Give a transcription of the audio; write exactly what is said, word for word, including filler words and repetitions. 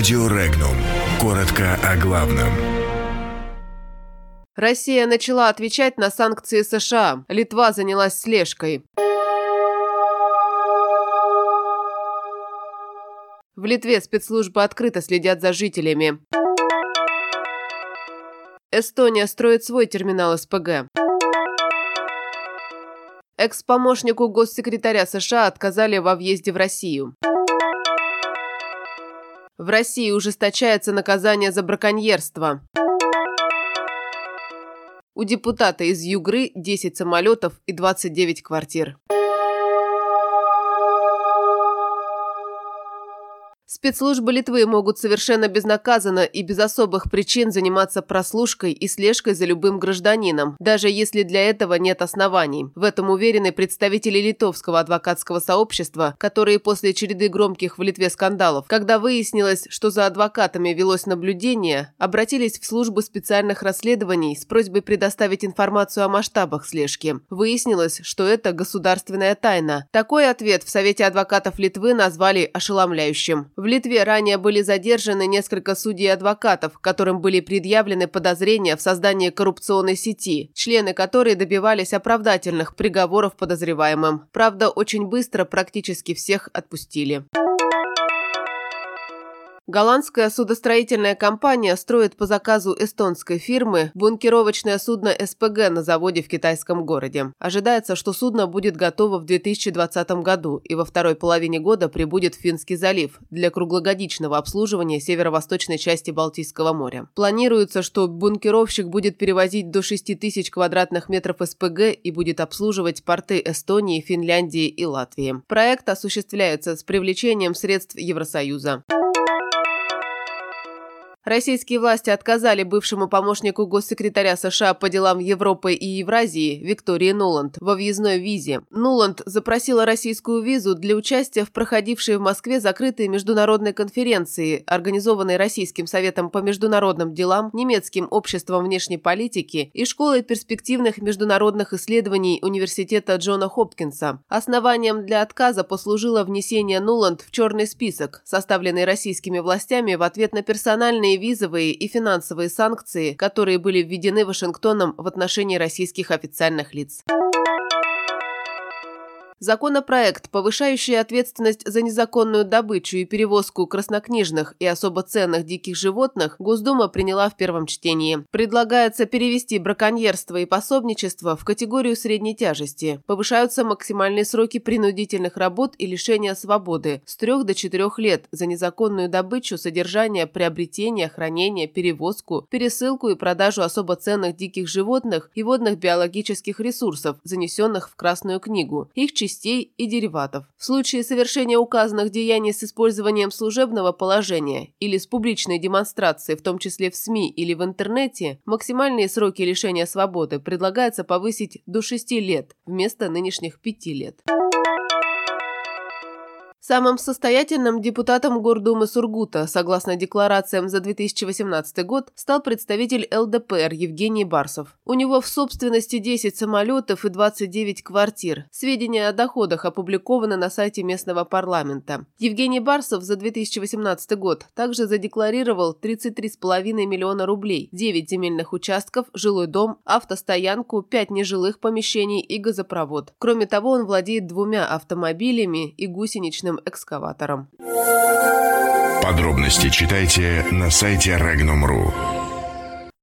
Радио Регнум. Коротко о главном. Россия начала отвечать на санкции США. Литва занялась слежкой. В Литве спецслужбы открыто следят за жителями. Эстония строит свой терминал эс пэ гэ. Экс-помощнику госсекретаря США отказали во въезде в Россию. В России ужесточается наказание за браконьерство. У депутата из Югры десять самолетов и двадцать девять квартир. Спецслужбы Литвы могут совершенно безнаказанно и без особых причин заниматься прослушкой и слежкой за любым гражданином, даже если для этого нет оснований. В этом уверены представители литовского адвокатского сообщества, которые после череды громких в Литве скандалов, когда выяснилось, что за адвокатами велось наблюдение, обратились в службу специальных расследований с просьбой предоставить информацию о масштабах слежки. Выяснилось, что это государственная тайна. Такой ответ в Совете адвокатов Литвы назвали ошеломляющим. В Литве ранее были задержаны несколько судей и адвокатов, которым были предъявлены подозрения в создании коррупционной сети, члены которой добивались оправдательных приговоров подозреваемым. Правда, очень быстро практически всех отпустили. Голландская судостроительная компания строит по заказу эстонской фирмы бункеровочное судно эс пэ гэ на заводе в китайском городе. Ожидается, что судно будет готово в две тысячи двадцатом году и во второй половине года прибудет в Финский залив для круглогодичного обслуживания северо-восточной части Балтийского моря. Планируется, что бункеровщик будет перевозить до шести тысяч квадратных метров эс пэ гэ и будет обслуживать порты Эстонии, Финляндии и Латвии. Проект осуществляется с привлечением средств Евросоюза. Российские власти отказали бывшему помощнику госсекретаря США по делам Европы и Евразии Виктории Нуланд во въездной визе. Нуланд запросила российскую визу для участия в проходившей в Москве закрытой международной конференции, организованной Российским советом по международным делам, Немецким обществом внешней политики и Школой перспективных международных исследований Университета Джона Хопкинса. Основанием для отказа послужило внесение Нуланд в черный список, составленный российскими властями в ответ на персональные визовые и финансовые санкции, которые были введены Вашингтоном в отношении российских официальных лиц. Законопроект, повышающий ответственность за незаконную добычу и перевозку краснокнижных и особо ценных диких животных, Госдума приняла в первом чтении. Предлагается перевести браконьерство и пособничество в категорию средней тяжести. Повышаются максимальные сроки принудительных работ и лишения свободы с трех до четырех лет за незаконную добычу, содержание, приобретение, хранение, перевозку, пересылку и продажу особо ценных диких животных и водных биологических ресурсов, занесенных в Красную книгу, их частей и дериватов. В случае совершения указанных деяний с использованием служебного положения или с публичной демонстрацией, в том числе в СМИ или в интернете, максимальные сроки лишения свободы предлагается повысить до шести лет вместо нынешних пяти лет. Самым состоятельным депутатом Гордумы Сургута, согласно декларациям за две тысячи восемнадцатый год, стал представитель эл дэ пэ эр Евгений Барсов. У него в собственности десять самолетов и двадцать девять квартир. Сведения о доходах опубликованы на сайте местного парламента. Евгений Барсов за две тысячи восемнадцатый год также задекларировал тридцать три с половиной миллиона рублей, девять земельных участков, жилой дом, автостоянку, пять нежилых помещений и газопровод. Кроме того, он владеет двумя автомобилями и гусеничным экскаватором. Подробности читайте на сайте регнум точка ру.